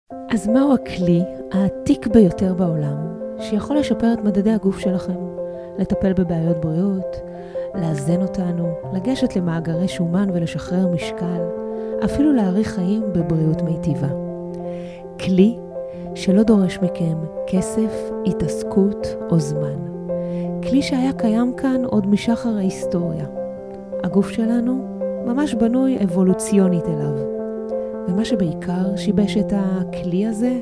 אז מהו הכלי העתיק ביותר בעולם שיכול לשפר את מדדי הגוף שלכם? לטפל בבעיות בריאות, לאזן אותנו, לגשת למאגרי שומן ולשחרר משקל, אפילו להאריך חיים בבריאות מיטיבה. כלי שלא דורש מכם כסף, התעסקות או זמן. כלי שהיה קיים כאן עוד משחר ההיסטוריה. הגוף שלנו ממש בנוי אבולוציונית אליו. ומה שבעיקר שיבש את הכלי הזה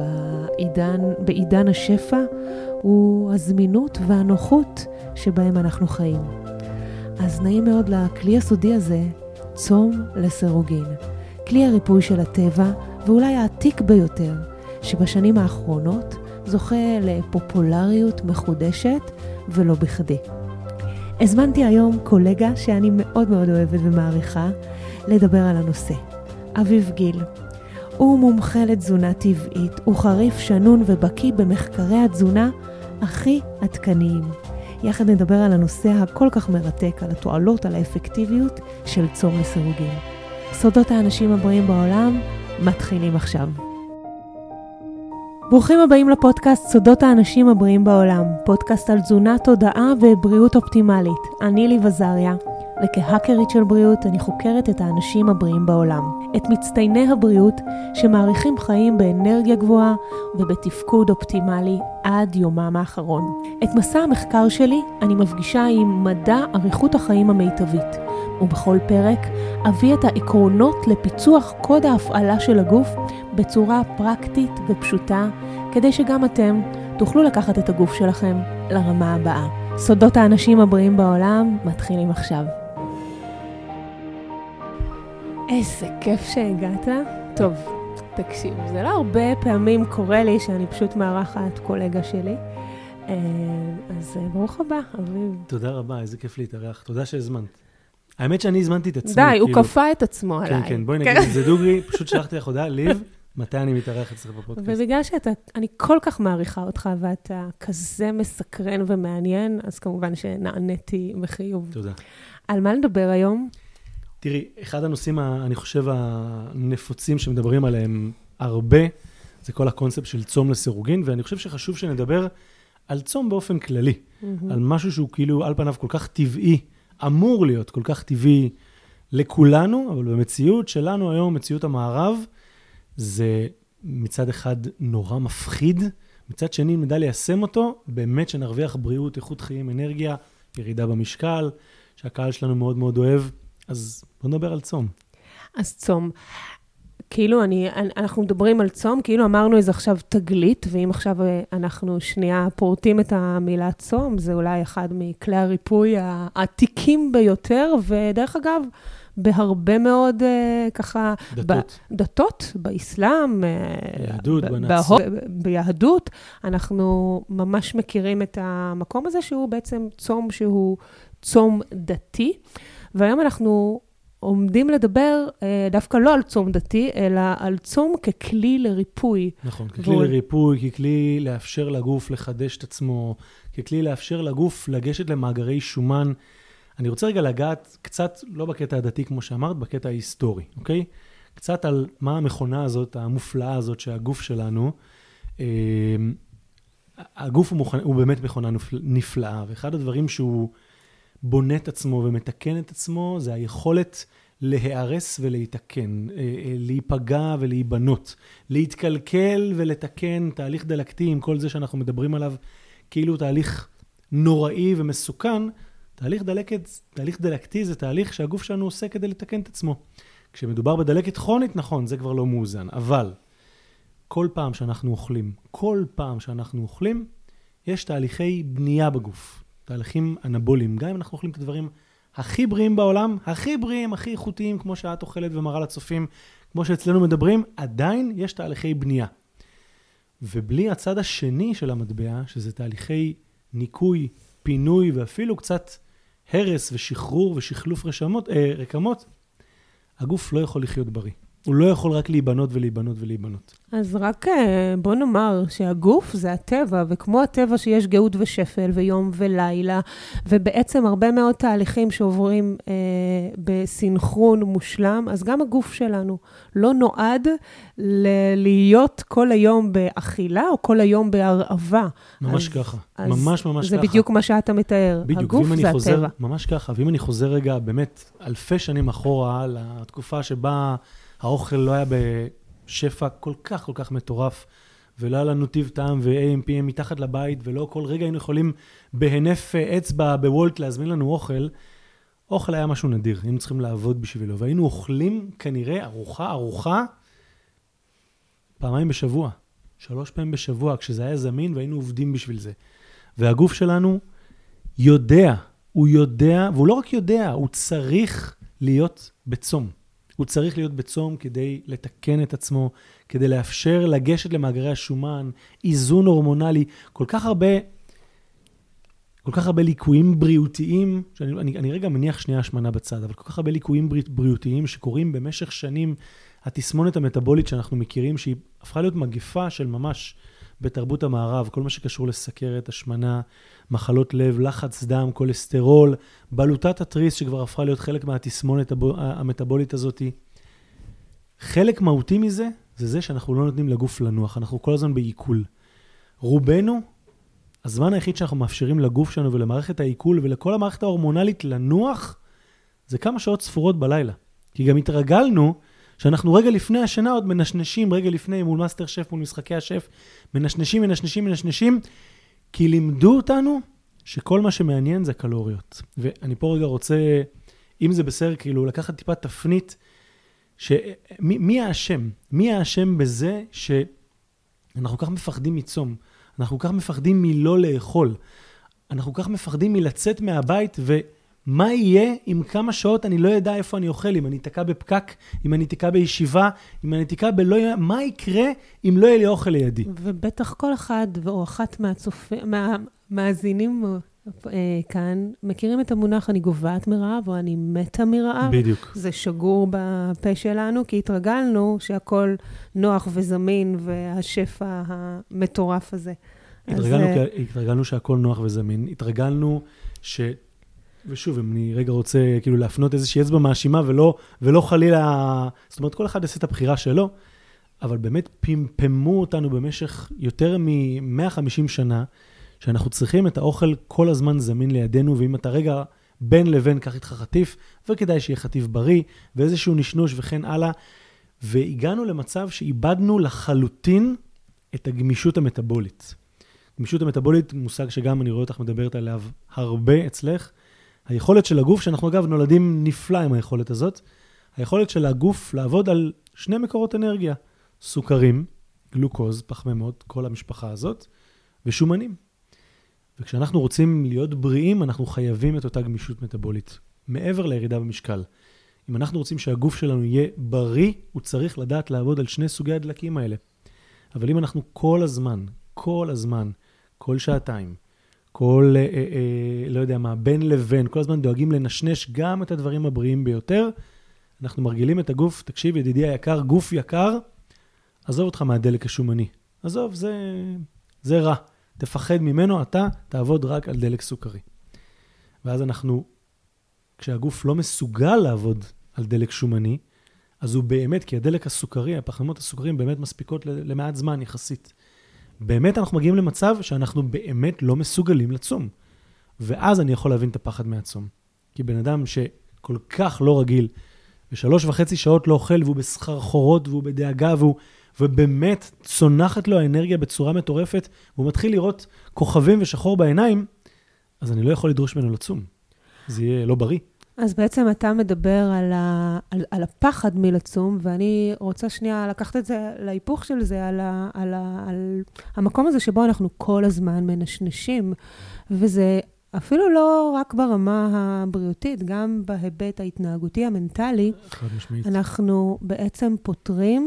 בעידן השפע הוא הזמינות והנוחות שבהם אנחנו חיים. אז נעים מאוד לכלי הסודי הזה, צום לסירוגין. כלי הריפוי של הטבע ואולי העתיק ביותר, שבשנים האחרונות זוכה לפופולריות מחודשת ולא בכדי. הזמנתי היום קולגה שאני מאוד מאוד אוהבת ומעריכה לדבר על הנושא. אביב גיל. הוא מומחה לתזונה טבעית, הוא חריף, שנון ובקיא במחקרי התזונה הכי עדכניים. יחד נדבר על הנושא הכל כך מרתק, על התועלות, על האפקטיביות של צום לסירוגין. סודות האנשים הבריאים בעולם מתחילים עכשיו. ברוכים הבאים לפודקאסט סודות האנשים הבריאים בעולם, פודקאסט על תזונה, תודעה ובריאות אופטימלית. אני ליב עזריה, וכהאקרית של בריאות אני חוקרת את האנשים הבריאים בעולם, את מצטייני הבריאות שמעריכים חיים באנרגיה גבוהה ובתפקוד אופטימלי עד יומם האחרון. את מסע המחקר שלי אני מפגישה עם מדע אריכות החיים המיטבית, ובכל פרק אביא את העקרונות לפיצוח קוד ההפעלה של הגוף בצורה פרקטית ופשוטה, כדי שגם אתם תוכלו לקחת את הגוף שלכם לרמה הבאה. סודות האנשים הבריאים בעולם מתחילים עכשיו. איזה כיף שהגעת. טוב, תקשיב, זה לא הרבה פעמים קורה לי שאני פשוט מארחת קולגה שלי. אז ברוך הבא, אביב. תודה רבה, איזה כיף להתארח. תודה שהזמנת. האמת שאני הזמנתי את עצמי. די, הוא כפה את עצמו עליי. כן, בואי נגיד את זה דוגרי, פשוט שלחתי לך הודעה, ליב, מתי אני מתארח אצלך בפודקאסט. ובגלל שאני כל כך מעריכה אותך, ואתה כזה מסקרן ומעניין, אז כמובן שנעניתי בחיוב. תודה. על מה נדבר היום? תראי, אחד הנושאים, אני חושב, הנפוצים שמדברים עליהם הרבה, זה כל הקונספט של צום לסירוגין, ואני חושב שחשוב שנדבר על צום באופן כללי, על משהו שהוא כאילו על פניו כל כך טבעי, אמור להיות כל כך טבעי לכולנו, אבל במציאות שלנו היום, מציאות המערב, זה מצד אחד נורא מפחיד, מצד שני נדע ליישם אותו, באמת שנרוויח בריאות, איכות חיים, אנרגיה, ירידה במשקל, שהקהל שלנו מאוד מאוד אוהב. אז בוא נדבר על צום. אז צום. כאילו אנחנו מדברים על צום, כאילו אמרנו איזה עכשיו תגלית, ואם עכשיו אנחנו שנייה פורטים את המילה צום, זה אולי אחד מכלי הריפוי העתיקים ביותר, ודרך אגב, בהרבה מאוד ככה דתות, באסלאם, ביהדות, אנחנו ממש מכירים את המקום הזה, שהוא בעצם צום שהוא צום דתי, והיום אנחנו עומדים לדבר דווקא לא על צום דתי, אלא על צום ככלי לריפוי. נכון, ככלי לריפוי, ככלי לאפשר לגוף לחדש את עצמו, ככלי לאפשר לגוף לגשת למאגרי שומן. אני רוצה רגע לגעת קצת, לא בקטע הדתי כמו שאמרת, בקטע ההיסטורי, אוקיי? קצת על מה המכונה הזאת, המופלאה הזאת שהגוף שלנו, הגוף הוא באמת מכונה נפלאה, ואחד הדברים שהוא בונה את עצמו ומתקן את עצמו, זה היכולת להיערס ולהתקן, להיפגע ולהיבנות, להתקלקל ולתקן, תהליך דלקתי עם כל זה שאנחנו מדברים עליו, כאילו תהליך נוראי ומסוכן. תהליך דלקתי זה תהליך שהגוף שלנו עושה כדי לתקן את עצמו. כשמדובר בדלקת כרונית, נכון, זה כבר לא מאוזן, אבל כל פעם שאנחנו אוכלים, יש תהליכי בנייה בגוף. תהליכים אנבוליים, גם אם אנחנו אוכלים את הדברים הכי בריאים בעולם, הכי בריאים, הכי איכותיים, כמו שאת אוכלת ומראה לצופים, כמו שאצלנו מדברים, עדיין יש תהליכי בנייה. ובלי הצד השני של המטבע, שזה תהליכי ניקוי, פינוי, ואפילו קצת הרס ושחרור ושחלוף רקמות, הגוף לא יכול לחיות בריא. הוא לא יכול רק להיבנות ולהיבנות ולהיבנות. אז רק בוא נאמר שהגוף זה הטבע, וכמו הטבע שיש גאות ושפל ויום ולילה, ובעצם הרבה מאוד תהליכים שעוברים בסינכרון מושלם, אז גם הגוף שלנו לא נועד להיות כל היום באכילה, או כל היום בהרעבה. ממש ככה, ממש ממש ככה. זה בדיוק מה שאתה מתאר, הגוף זה הטבע. ממש ככה, ואם אני חוזר רגע באמת אלפי שנים אחורה, לתקופה שבה האוכל לא היה בשפע כל כך מטורף, ולא היה לנו טיב טעם ו-AMPM מתחת לבית, ולא כל רגע היינו יכולים בהינף אצבע בוולט להזמין לנו אוכל. אוכל היה משהו נדיר, היינו צריכים לעבוד בשבילו, והיינו אוכלים כנראה ארוחה, פעמיים בשבוע, 3 פעמים בשבוע, כשזה היה זמין והיינו עובדים בשביל זה. והגוף שלנו יודע, והוא לא רק יודע, הוא צריך להיות בצום. הוא צריך להיות בצום כדי לתקן את עצמו, כדי לאפשר לגשת למאגרי השומן, איזון הורמונלי, כל כך הרבה ליקויים בריאותיים, אני רגע מניח שנייה השמנה בצד, אבל כל כך הרבה ליקויים בריאותיים שקורים במשך שנים, התסמונת המטאבולית שאנחנו מכירים, שהיא הפכה להיות מגפה של ממש בתרבות המערב, כל מה שקשור לסכרת, השמנה, מחלות לב, לחץ דם, כולסטרול, בלוטת התריס שכבר הפכה להיות חלק מהתסמונת המטאבולית הזאת. חלק מהותי מזה, זה שאנחנו לא נותנים לגוף לנוח, אנחנו כל הזמן בעיכול. רובנו, הזמן היחיד שאנחנו מאפשרים לגוף שלנו ולמערכת העיכול ולכל המערכת ההורמונלית לנוח, זה כמה שעות ספורות בלילה. כי גם התרגלנו שאנחנו רגע לפני השינה עוד מנשנשים, רגע לפני מול מאסטר שף, מול משחקי השף, מנשנשים, כי לימדו אותנו שכל מה שמעניין זה קלוריות. ואני פה רגע רוצה, אם זה בסדר, כאילו לקחת טיפה תפנית, מי האשם? מי האשם בזה שאנחנו כך מפחדים מצום? אנחנו כך מפחדים מלא לאכול. אנחנו כך מפחדים מלצאת מהבית, ומה יהיה אם כמה שעות אני לא יודע איפה אני אוכל, אם אני אתקע בפקק, אם אני אתקע בישיבה, אם אני אתקע מה יקרה אם לא יהיה לי אוכל לידי? ובטח כל אחד או אחת מהמאזינים כאן מכירים את המונח אני גובעת מרעב או אני מתה מרעב. בדיוק. זה שגור בפה שלנו, כי התרגלנו שהכל נוח וזמין והשפע המטורף הזה. התרגלנו שהכל נוח וזמין. התרגלנו ושוב, אם אני רגע רוצה כאילו להפנות איזושהי אצבע מאשימה ולא חלילה, זאת אומרת, כל אחד יעשה את הבחירה שלו, אבל באמת פמפמו אותנו במשך יותר מ-150 שנה, שאנחנו צריכים את האוכל כל הזמן זמין לידינו, ואם אתה רגע בין לבין קח איתך חטיף, וכדאי שיהיה חטיף בריא, ואיזשהו נשנוש וכן הלאה, והגענו למצב שאיבדנו לחלוטין את הגמישות המטאבולית. גמישות המטאבולית, מושג שגם אני רואה אותך מדברת עליו הרבה אצלך, היכולת של הגוף, שאנחנו אגב נולדים נפלא עם היכולת הזאת, היכולת של הגוף לעבוד על 2 מקורות אנרגיה, סוכרים, גלוקוז, פחמימות, כל המשפחה הזאת, ושומנים. וכשאנחנו רוצים להיות בריאים, אנחנו חייבים את אותה גמישות מטאבולית, מעבר לירידה במשקל. אם אנחנו רוצים שהגוף שלנו יהיה בריא, הוא צריך לדעת לעבוד על 2 סוגי הדלקים האלה. אבל אם אנחנו כל הזמן, כל שעתיים, לא יודע מה, בין לבין, כל הזמן דואגים לנשנש גם את הדברים הבריאים ביותר, אנחנו מרגילים את הגוף, תקשיב ידידי היקר, גוף יקר, עזוב אותך מהדלק השומני. עזוב, זה רע. תפחד ממנו, אתה תעבוד רק על דלק סוכרי. ואז כשהגוף לא מסוגל לעבוד על דלק שומני, אז הוא באמת, כי הדלק הסוכרי, הפחמימות הסוכריים באמת מספיקות למעט זמן יחסית. באמת אנחנו מגיעים למצב שאנחנו באמת לא מסוגלים לצום. ואז אני יכול להבין את הפחד מהצום. כי בן אדם שכל כך לא רגיל, ו3.5 שעות לא אוכל, והוא בסחרחורות, והוא בדאגה, ובאמת צונחת לו האנרגיה בצורה מטורפת, והוא מתחיל לראות כוכבים ושחור בעיניים, אז אני לא יכול לדרוש ממנו לצום. זה יהיה לא בריא. אז בעצם אתה מדבר על הפחד מלצום, ואני רוצה שנייה לקחת את זה להיפוך של זה, על המקום הזה שבו אנחנו כל הזמן מנשנשים, וזה אפילו לא רק ברמה הבריאותית, גם בהיבט ההתנהגותי המנטלי, אנחנו בעצם פותרים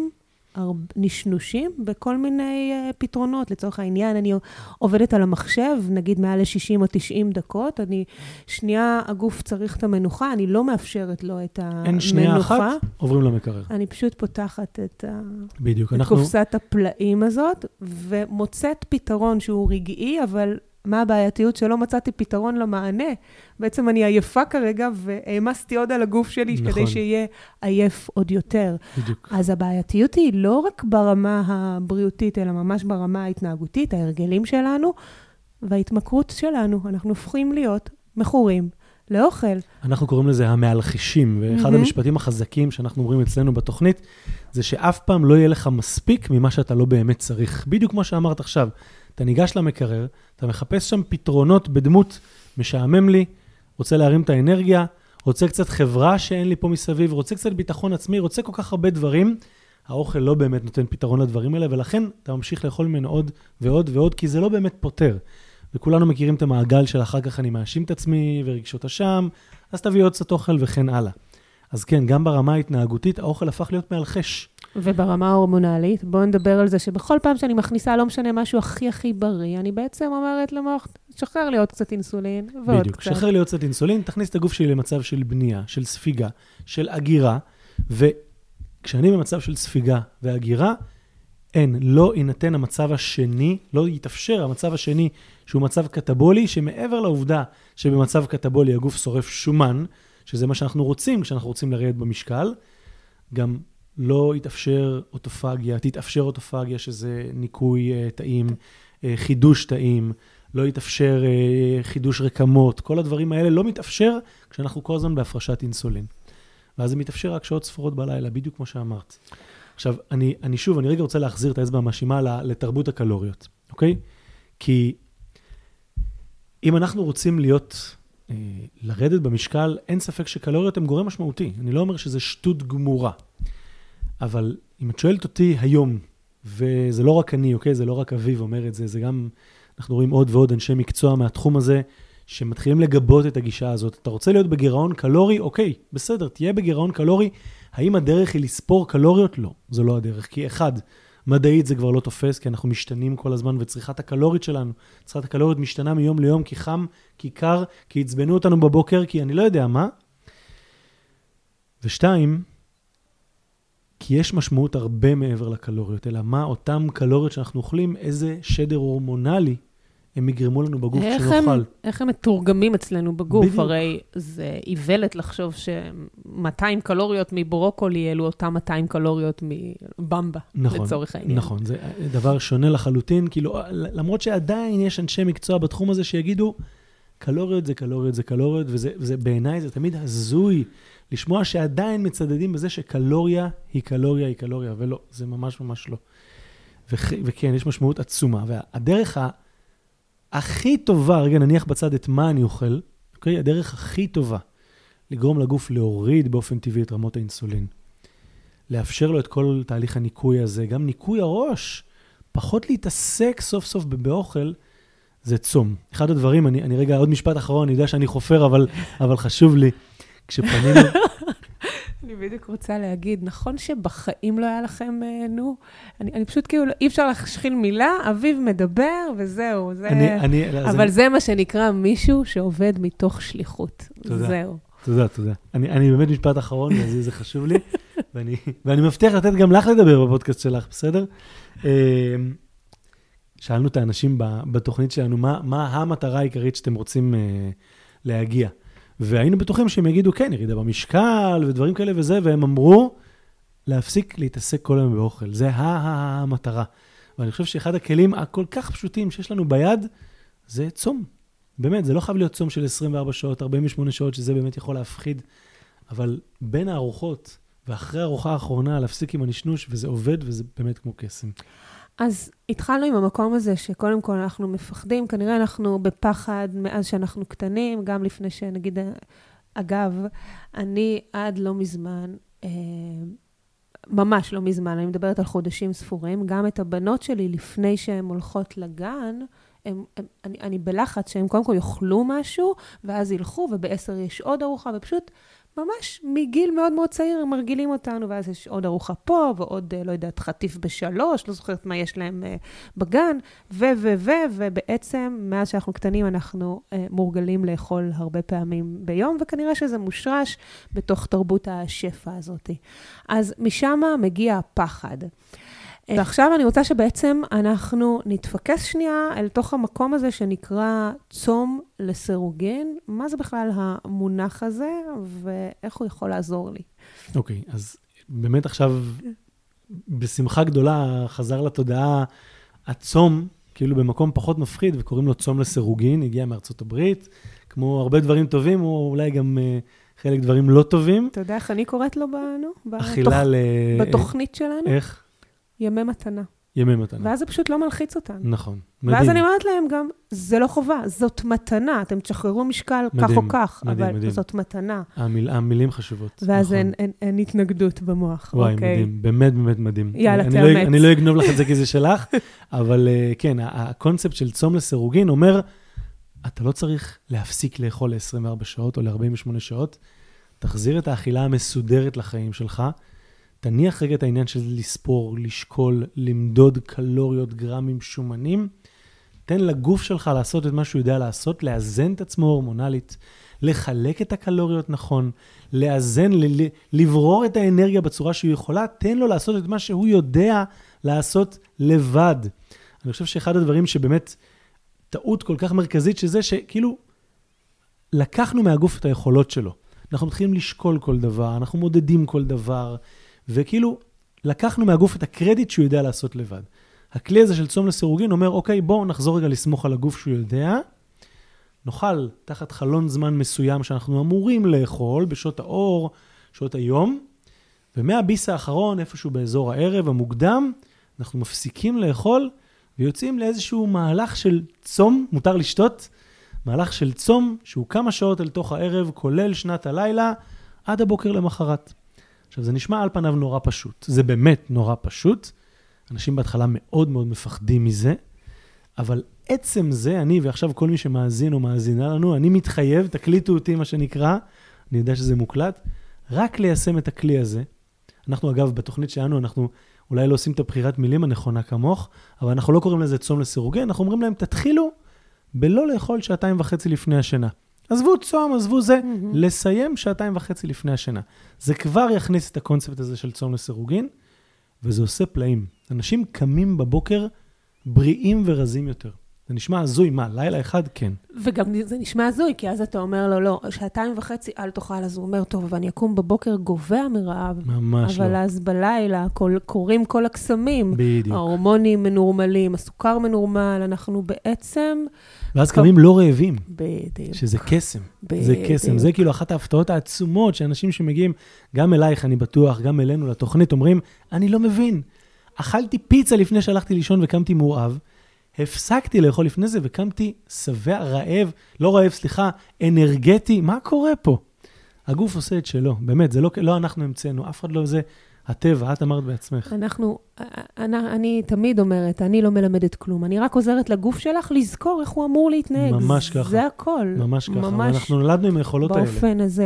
נשנושים בכל מיני פתרונות. לצורך העניין, אני עובדת על המחשב, נגיד מעל ל-60 או 90 דקות, שנייה הגוף צריך את המנוחה, אני לא מאפשרת לו את המנוחה. אין שנייה אחת, עוברים למקרר. אני פשוט פותחת את בדיוק, קופסת הפלאים הזאת, ומוצאת פתרון שהוא רגעי, אבל מה הבעייתיות שלא מצאתי פתרון למענה? בעצם אני עייפה כרגע, והעמסתי עוד על הגוף שלי, נכון. כדי שיהיה עייף עוד יותר. בדיוק. אז הבעייתיות היא לא רק ברמה הבריאותית, אלא ממש ברמה ההתנהגותית, ההרגלים שלנו, וההתמכרות שלנו. אנחנו הופכים להיות מכורים לאוכל. אנחנו קוראים לזה המאלחישים, ואחד המשפטים החזקים שאנחנו אומרים אצלנו בתוכנית, זה שאף פעם לא יהיה לך מספיק ממה שאתה לא באמת צריך. בדיוק כמו שאמרת עכשיו, אתה ניגש למקרר, אתה מחפש שם פתרונות בדמות משעמם לי, רוצה להרים את האנרגיה, רוצה קצת חברה שאין לי פה מסביב, רוצה קצת ביטחון עצמי, רוצה כל כך הרבה דברים, האוכל לא באמת נותן פתרון לדברים האלה, ולכן אתה ממשיך לאכול ממנו עוד ועוד ועוד, כי זה לא באמת פותר. וכולנו מכירים את המעגל של אחר כך אני מאשים את עצמי ורגשות אשם, אז תביא עוד קצת אוכל וכן הלאה. אז כן, גם ברמה ההתנהגותית, האוכל הפך להיות מאלחש. וברמה ההורמונלית, בואו נדבר על זה שבכל פעם שאני מכניסה, לא משנה משהו הכי בריא, אני בעצם אומרת למוח, שחרר לי עוד קצת אינסולין, ועוד בדיוק, קצת. שחרר לי עוד קצת אינסולין, תכניס את הגוף שלי למצב של בנייה, של ספיגה, של אגירה, וכשאני במצב של ספיגה ואגירה, לא יינתן המצב השני, לא יתאפשר המצב השני, שהוא מצב קטבולי, שמעבר לעובדה שבמצב קטבולי הגוף שורף שומן, שזה מה שאנחנו רוצים, כשאנחנו רוצים לרדת במשקל, גם לא יתאפשר אוטופגיה, תתאפשר אוטופגיה, שזה ניקוי טעים, חידוש טעים, לא יתאפשר חידוש רקמות, כל הדברים האלה לא מתאפשר כשאנחנו כל הזמן בהפרשת אינסולין. ואז זה מתאפשר רק שעות ספורות בלילה, בדיוק כמו שאמרת. עכשיו, אני רגע רוצה להחזיר את האצבע המאשימה לתרבות הקלוריות, אוקיי? כי אם אנחנו רוצים לרדת במשקל, אין ספק שקלוריות הן גורם משמעותי. אני לא אומר שזה שטות גמורה. אבל אם את שואלת אותי היום, וזה לא רק אני, אוקיי? זה לא רק אביב אומר את זה, זה גם, אנחנו רואים עוד ועוד אנשי מקצוע מהתחום הזה, שמתחילים לגבות את הגישה הזאת. אתה רוצה להיות בגירעון קלורי? אוקיי, בסדר, תהיה בגירעון קלורי. האם הדרך היא לספור קלוריות? לא, זו לא הדרך. כי אחד, מדעית זה כבר לא תופס, כי אנחנו משתנים כל הזמן, וצריכת הקלורית שלנו, צריכת הקלורית משתנה מיום ליום, כי חם, כי קר, כי יצבנו אותנו בבוקר, כי אני לא יודע מה. ושתיים, כי יש משמעות הרבה מעבר לקלוריות, אלא מה אותם קלוריות שאנחנו אוכלים, איזה שדר הורמונלי הם יגרמו לנו בגוף כשנאכל. איך הם מתורגמים אצלנו בגוף? בדיוק. הרי זה איוולת לחשוב ש200 קלוריות מברוקולי, אלו אותם 200 קלוריות מבמבה, נכון, לצורך העניין. נכון, זה דבר שונה לחלוטין, כאילו, למרות שעדיין יש אנשי מקצוע בתחום הזה שיגידו, קלוריות זה קלוריות זה קלוריות, וזה בעיניי זה תמיד הזוי, לשמוע שעדיין מצדדים בזה שקלוריה היא קלוריה היא קלוריה, ולא, זה ממש ממש לא. וכן, יש משמעות עצומה, והדרך הכי טובה, רגע נניח בצד את מה אני אוכל, אוקיי? הדרך הכי טובה לגרום לגוף להוריד באופן טבעי את רמות האינסולין, לאפשר לו את כל תהליך הניקוי הזה, גם ניקוי הראש, פחות להתעסק סוף סוף באוכל, זה צום. אחד הדברים, אני רגע עוד משפט אחרון, אני יודע שאני חופר, אבל חשוב לי, כשפנינו... אני בדיוק רוצה להגיד, נכון שבחיים לא היה לכם, אני פשוט כאילו, אי אפשר להשחיל מילה, אביב מדבר וזהו. אבל זה מה שנקרא מישהו שעובד מתוך שליחות. זהו. תודה. אני באמת משפט אחרון, זה חשוב לי, ואני מבטיח לתת גם לך לדבר בפודקאסט שלך, בסדר? שאלנו את האנשים בתוכנית שלנו, מה המטרה העיקרית שאתם רוצים להגיע? והיינו בטוחים שהם יגידו, כן, ירידה במשקל ודברים כאלה וזה, והם אמרו, להפסיק להתעסק כל היום באוכל. זה המטרה. ואני חושב שאחד הכלים הכל כך פשוטים שיש לנו ביד, זה צום. באמת, זה לא חייב להיות צום של 24 שעות, 48 שעות, שזה באמת יכול להפחיד, אבל בין הארוחות ואחרי הארוחה האחרונה, להפסיק עם הנשנוש, וזה עובד, וזה באמת כמו קסם. אז התחלנו עם המקום הזה שקודם כל אנחנו מפחדים, כנראה אנחנו בפחד מאז שאנחנו קטנים, גם לפני שנגיד, אגב, אני עד לא מזמן, ממש לא מזמן, אני מדברת על חודשים ספורים, גם את הבנות שלי לפני שהן הולכות לגן, אני בלחץ שהם קודם כל יאכלו משהו, ואז ילכו, וב10 יש עוד ארוחה, ופשוט ממש מגיל מאוד מאוד צעיר הם מרגילים אותנו, ואז יש עוד ארוחה פה, ועוד, לא יודעת, חטיף ב3, לא זוכרת מה יש להם בגן, ובעצם, מאז שאנחנו קטנים, אנחנו מורגלים לאכול הרבה פעמים ביום, וכנראה שזה מושרש בתוך תרבות השפע הזאת. אז משם מגיע הפחד. ועכשיו אני רוצה שבעצם אנחנו נתפקס שנייה אל תוך המקום הזה שנקרא צום לסירוגין. מה זה בכלל המונח הזה ואיך הוא יכול לעזור לי? אוקיי, אז באמת עכשיו בשמחה גדולה חזר לתודעה הצום, כאילו במקום פחות מפחיד, וקוראים לו צום לסירוגין, הגיע מארצות הברית, כמו הרבה דברים טובים, או אולי גם חלק דברים לא טובים. אתה יודע איך אני קוראת לו אכילה בתוכנית שלנו? איך? ימי מתנה. ימי מתנה. ואז זה פשוט לא מלחיץ אותנו. נכון, מדהים. ואז אני אומרת להם גם, זה לא חובה, זאת מתנה. אתם תשחררו משקל כך או כך, אבל זאת מתנה. המילים חשובות. ואז אין התנגדות במוח. וואי, מדהים. באמת באמת מדהים. יאללה, תאמץ. אני לא אגנוב לך את זה כי זה שלך, אבל כן, הקונספט של צום לסירוגין אומר, אתה לא צריך להפסיק לאכול ל-24 שעות או ל-48 שעות, תחזיר את האכילה המסודרת לחיים שלך, תניח רגע את העניין של לספור, לשקול, למדוד קלוריות, גרמים, שומנים, תן לגוף שלך לעשות את מה שהוא יודע לעשות, לאזן את עצמו הורמונלית, לחלק את הקלוריות נכון, לאזן, לברור את האנרגיה בצורה שהוא יכולה, תן לו לעשות את מה שהוא יודע לעשות לבד. אני חושב שאחד הדברים שבאמת טעות כל כך מרכזית, שזה שכאילו לקחנו מהגוף את היכולות שלו. אנחנו מתחילים לשקול כל דבר, אנחנו מודדים כל דבר, וכאילו לקחנו מהגוף את הקרדיט שהוא יודע לעשות לבד. הכלי הזה של צום לסירוגין אומר, אוקיי, בואו נחזור רגע לסמוך על הגוף שהוא יודע, נאכל תחת חלון זמן מסוים שאנחנו אמורים לאכול בשעות האור, שעות היום, ומהביס האחרון, איפשהו באזור הערב המוקדם, אנחנו מפסיקים לאכול, ויוצאים לאיזשהו מהלך של צום, מותר לשתות, מהלך של צום שהוא כמה שעות אל תוך הערב, כולל שנת הלילה, עד הבוקר למחרת. עכשיו, זה נשמע על פניו נורא פשוט. זה באמת נורא פשוט. אנשים בהתחלה מאוד מאוד מפחדים מזה, אבל עצם זה, אני ועכשיו כל מי שמאזין או מאזינה לנו, אני מתחייב, תקליטו אותי מה שנקרא, אני יודע שזה מוקלט, רק ליישם את הכלי הזה. אנחנו אגב, בתוכנית שלנו, אנחנו אולי לא עושים את הבחירת מילים הנכונה כמוך, אבל אנחנו לא קוראים לזה צום לסירוגין, אנחנו אומרים להם, תתחילו בלא לאכול 2.5 לפני השינה. עזבו צום, עזבו זה, לסיים 2.5 לפני השינה. זה כבר יכניס את הקונספט הזה של צום לסירוגין, וזה עושה פלאים. אנשים קמים בבוקר בריאים ורזים יותר. זה נשמע הזוי, מה, לילה אחד? כן. וגם זה נשמע הזוי, כי אז אתה אומר לו, לא, 2.5 אל תאכל, אז הוא אומר, טוב, ואני אקום בבוקר גובע מרעב. ממש אבל לא. אז בלילה קורים כל הקסמים. בדיוק. ההורמונים מנורמלים, הסוכר מנורמל, אנחנו בעצם... ואז קמים לא רעבים. בדיוק. שזה קסם. זה קסם. זה כאילו אחת ההפתעות העצומות, שאנשים שמגיעים, גם אלייך, אני בטוח, גם אלינו לתוכנית, אומרים, אני לא מבין. אכלתי פיצה לפני שהלכתי לישון וקמתי מורעב, הפסקתי לאכול לפני זה וקמתי שבע, רעב, לא רעב, סליחה, אנרגטי. מה קורה פה? הגוף עושה את שלו, באמת, זה לא אנחנו המצאנו, אף אחד לא זה הטבע, את אמרת בעצמך. אני תמיד אומרת, אני לא מלמדת כלום, אני רק עוזרת לגוף שלך לזכור איך הוא אמור להתנהג. ממש ככה. זה הכל. ממש ככה, ואנחנו נולדנו עם היכולות האלה. באופן הזה.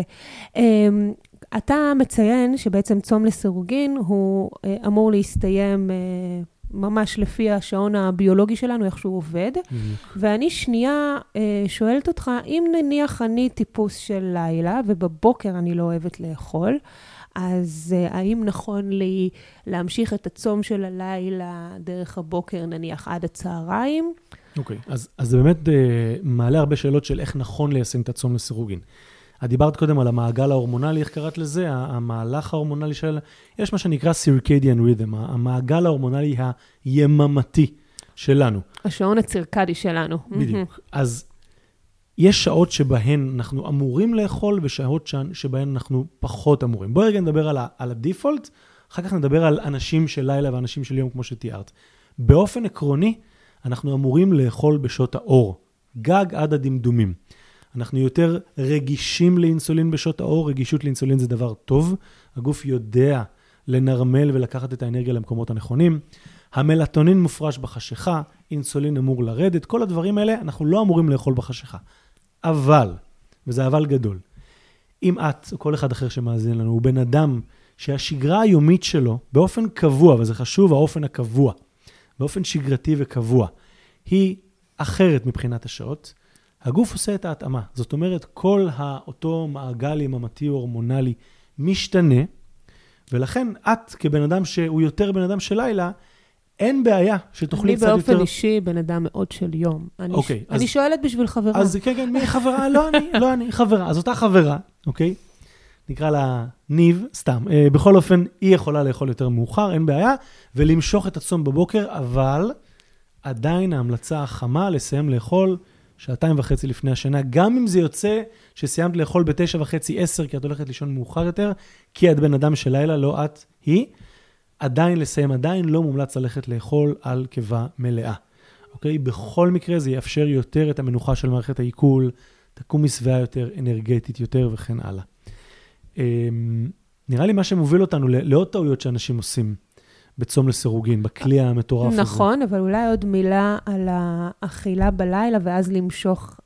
אתה מציין שבעצם צום לסירוגין הוא אמור להסתיים ממש לפי השעון הביולוגי שלנו, איך שהוא עובד. ואני שנייה שואלת אותך, אם נניח אני טיפוס של לילה, ובבוקר אני לא אוהבת לאכול, אז האם נכון לי להמשיך את הצום של הלילה דרך הבוקר, נניח עד הצהריים? אוקיי, אז זה באמת מעלה הרבה שאלות של איך נכון ליישם את הצום לסירוגין. את דיברת קודם על המעגל ההורמונלי, איך קראת לזה? המהלך ההורמונלי של... יש מה שנקרא circadian rhythm, המעגל ההורמונלי היממתי שלנו. השעון הצירקדי שלנו. בדיוק. אז יש שעות שבהן אנחנו אמורים לאכול, ושעות שבהן אנחנו פחות אמורים. בואי רגע נדבר על הדיפולט, אחר כך נדבר על אנשים של לילה ואנשים של יום, כמו שתיארת. באופן עקרוני, אנחנו אמורים לאכול בשעות האור, גג עד הדמדומים. אנחנו יותר רגישים לאינסולין בשעות האור, רגישות לאינסולין זה דבר טוב, הגוף יודע לנרמל ולקחת את האנרגיה למקומות הנכונים, המלטונין מופרש בחשיכה, אינסולין אמור לרדת, כל הדברים האלה אנחנו לא אמורים לאכול בחשיכה. אבל, וזה אבל גדול, אם את או כל אחד אחר שמאזין לנו, הוא בן אדם שהשגרה היומית שלו, באופן קבוע, וזה חשוב, האופן הקבוע, באופן שגרתי וקבוע, היא אחרת מבחינת השעות, הגוף עושה את ההתאמה. זאת אומרת, כל אותו מעגל יממתי הורמונלי משתנה, ולכן את כבן אדם שהוא יותר בן אדם של לילה, אין בעיה שתוכלי קצת יותר... אני באופן אישי בן אדם מאוד של יום. אני שואלת בשביל חברה. אז כן, מי חברה? לא אני, חברה. אז אותה חברה, אוקיי? נקרא לה ניב, סתם. בכל אופן, היא יכולה לאכול יותר מאוחר, אין בעיה, ולמשוך את הצום בבוקר, אבל עדיין ההמלצה החמה לסיים לאכול 2.5 לפני השינה, גם אם זה יוצא שסיימת לאכול ב9:30, 10, כי את הולכת לישון מאוחר יותר, כי את בן אדם של לילה, לא את, היא, עדיין לסיים, עדיין לא מומלץ ללכת לאכול על קיבה מלאה. אוקיי? בכל מקרה זה יאפשר יותר את המנוחה של מערכת העיכול, תקום מסביבה יותר, אנרגטית יותר וכן הלאה. נראה לי מה שמוביל אותנו לעוד טעויות שאנשים עושים בצום לסירוגין, בכלי המטורף הזה. נכון, אבל אולי עוד מילה על האכילה בלילה, ואז למשוך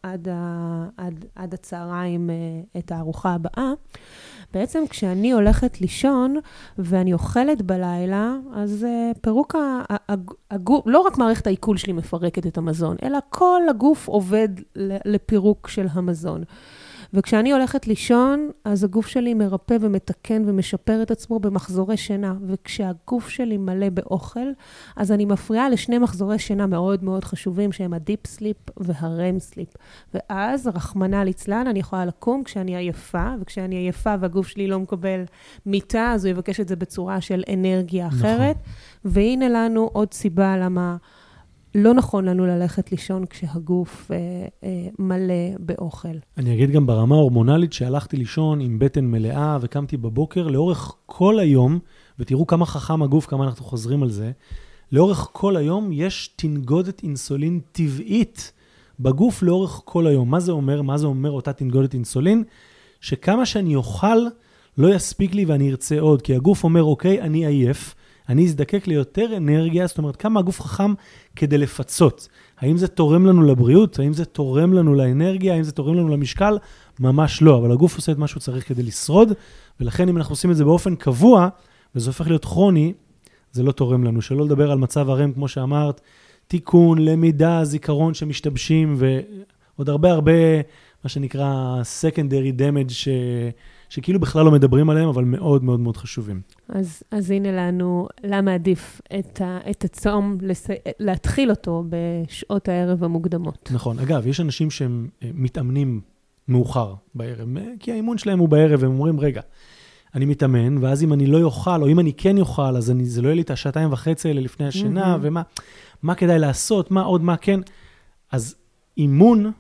עד הצהריים את הארוחה הבאה. בעצם כשאני הולכת לישון ואני אוכלת בלילה, אז פירוק הגוף, לא רק מערכת העיכול שלי מפרקת את המזון, אלא כל הגוף עובד לפירוק של המזון. וכשאני הולכת לישון, אז הגוף שלי מרפא ומתקן ומשפר את עצמו במחזורי שינה. וכשהגוף שלי מלא באוכל, אז אני מפריעה לשני מחזורי שינה מאוד מאוד חשובים, שהם הדיפ סליפ והרם סליפ. ואז, רחמנא ליצלן, אני יכולה לקום כשאני עייפה, וכשאני עייפה והגוף שלי לא מקבל מיטה, אז הוא יבקש את זה בצורה של אנרגיה אחרת. נכון. והנה לנו עוד סיבה למה לא נכון לנו ללכת לישון כשהגוף מלא באוכל. אני אגיד גם ברמה ההורמונלית שהלכתי לישון עם בטן מלאה וקמתי בבוקר לאורך כל היום, ותראו כמה חכם הגוף, כמה אנחנו חוזרים על זה, לאורך כל היום יש תנגודת אינסולין טבעית בגוף לאורך כל היום. מה זה אומר? מה זה אומר אותה תנגודת אינסולין? שכמה שאני אוכל לא יספיק לי ואני ארצה עוד, כי הגוף אומר, אוקיי, אני עייף, אני אזדקק ליותר אנרגיה, זאת אומרת, כמה הגוף חכם כדי לפצות. האם זה תורם לנו לבריאות? האם זה תורם לנו לאנרגיה? האם זה תורם לנו למשקל? ממש לא, אבל הגוף עושה את מה שהוא צריך כדי לשרוד, ולכן אם אנחנו עושים את זה באופן קבוע, וזה הופך להיות כרוני, זה לא תורם לנו. שלא לדבר על מצב הרם, כמו שאמרת, תיקון, למידה, זיכרון שמשתבשים, ועוד הרבה, מה שנקרא secondary damage, שכאילו בכלל לא מדברים עליהם, אבל מאוד מאוד מאוד חשובים. אז הנה לנו, למה עדיף את הצום, להתחיל אותו בשעות הערב המוקדמות. נכון. אגב, יש אנשים שהם מתאמנים מאוחר בערב, כי האימון שלהם הוא בערב, והם אומרים, רגע, אני מתאמן, ואז אם אני לא יוכל, או אם אני כן יוכל, אז זה לא יהיה לי את 2.5 האלה לפני השינה, ומה כדאי לעשות, מה עוד, מה כן. אז אימון,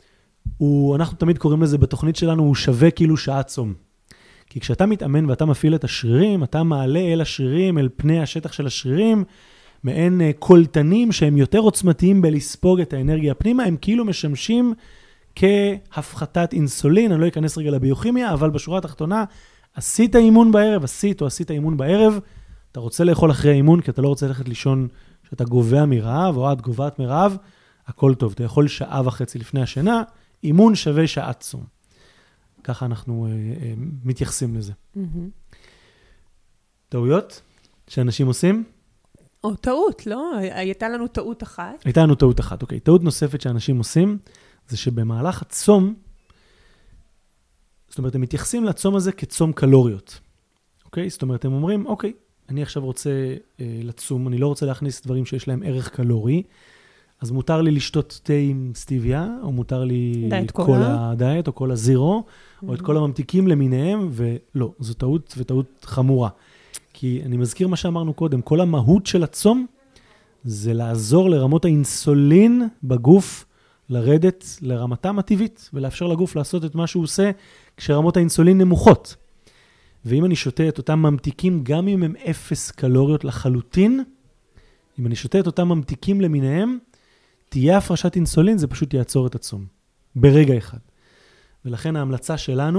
אנחנו תמיד קוראים לזה בתוכנית שלנו, הוא שווה כאילו שעת צום. כי כשאתה מתאמן ואתה מפעיל את השרירים, אתה מעלה אל השרירים, אל פני השטח של השרירים, מעין קולטנים שהם יותר עוצמתיים בלספוג את האנרגיה הפנימה, הם כאילו משמשים כהפחתת אינסולין, אני לא אכנס רגע לביוכימיה, אבל בשורה התחתונה, עשית אימון בערב, עשית אימון בערב, אתה רוצה לאכול אחרי האימון, כי אתה לא רוצה ללכת לישון שאתה גובע מרעב, או את גובעת מרעב, הכל טוב, אתה יכול 1.5 שעות לפני השינה, אימון שווה שעת צום. ככה אנחנו מתייחסים לזה. טעויות שאנשים עושים? או טעות, לא? הייתה לנו טעות אחת. הייתה לנו טעות אחת, אוקיי. טעות נוספת שאנשים עושים, זה שבמהלך הצום, זאת אומרת, הם מתייחסים לצום הזה כצום קלוריות. אוקיי? זאת אומרת, הם אומרים, אוקיי, אני עכשיו רוצה לצום, אני לא רוצה להכניס דברים שיש להם ערך קלורי, אז מותר לי לשתות תה עם סטיביה, או מותר לי כל הדיאט, או כל הזירו, או את כל הממתיקים למיניהם, ולא, זו טעות וטעות חמורה. כי אני מזכיר מה שאמרנו קודם, כל המהות של הצום, זה לעזור לרמות האינסולין בגוף, לרדת לרמתם הטבעית, ולאפשר לגוף לעשות את מה שהוא עושה, כשרמות האינסולין נמוכות. ואם אני שותה את אותם ממתיקים, גם אם הם 0 קלוריות לחלוטין, אם אני שותה את אותם ממתיקים למיניהם, תהיה הפרשת אינסולין, זה פשוט יעצור את הצום. ברגע אחד. ולכן ההמלצה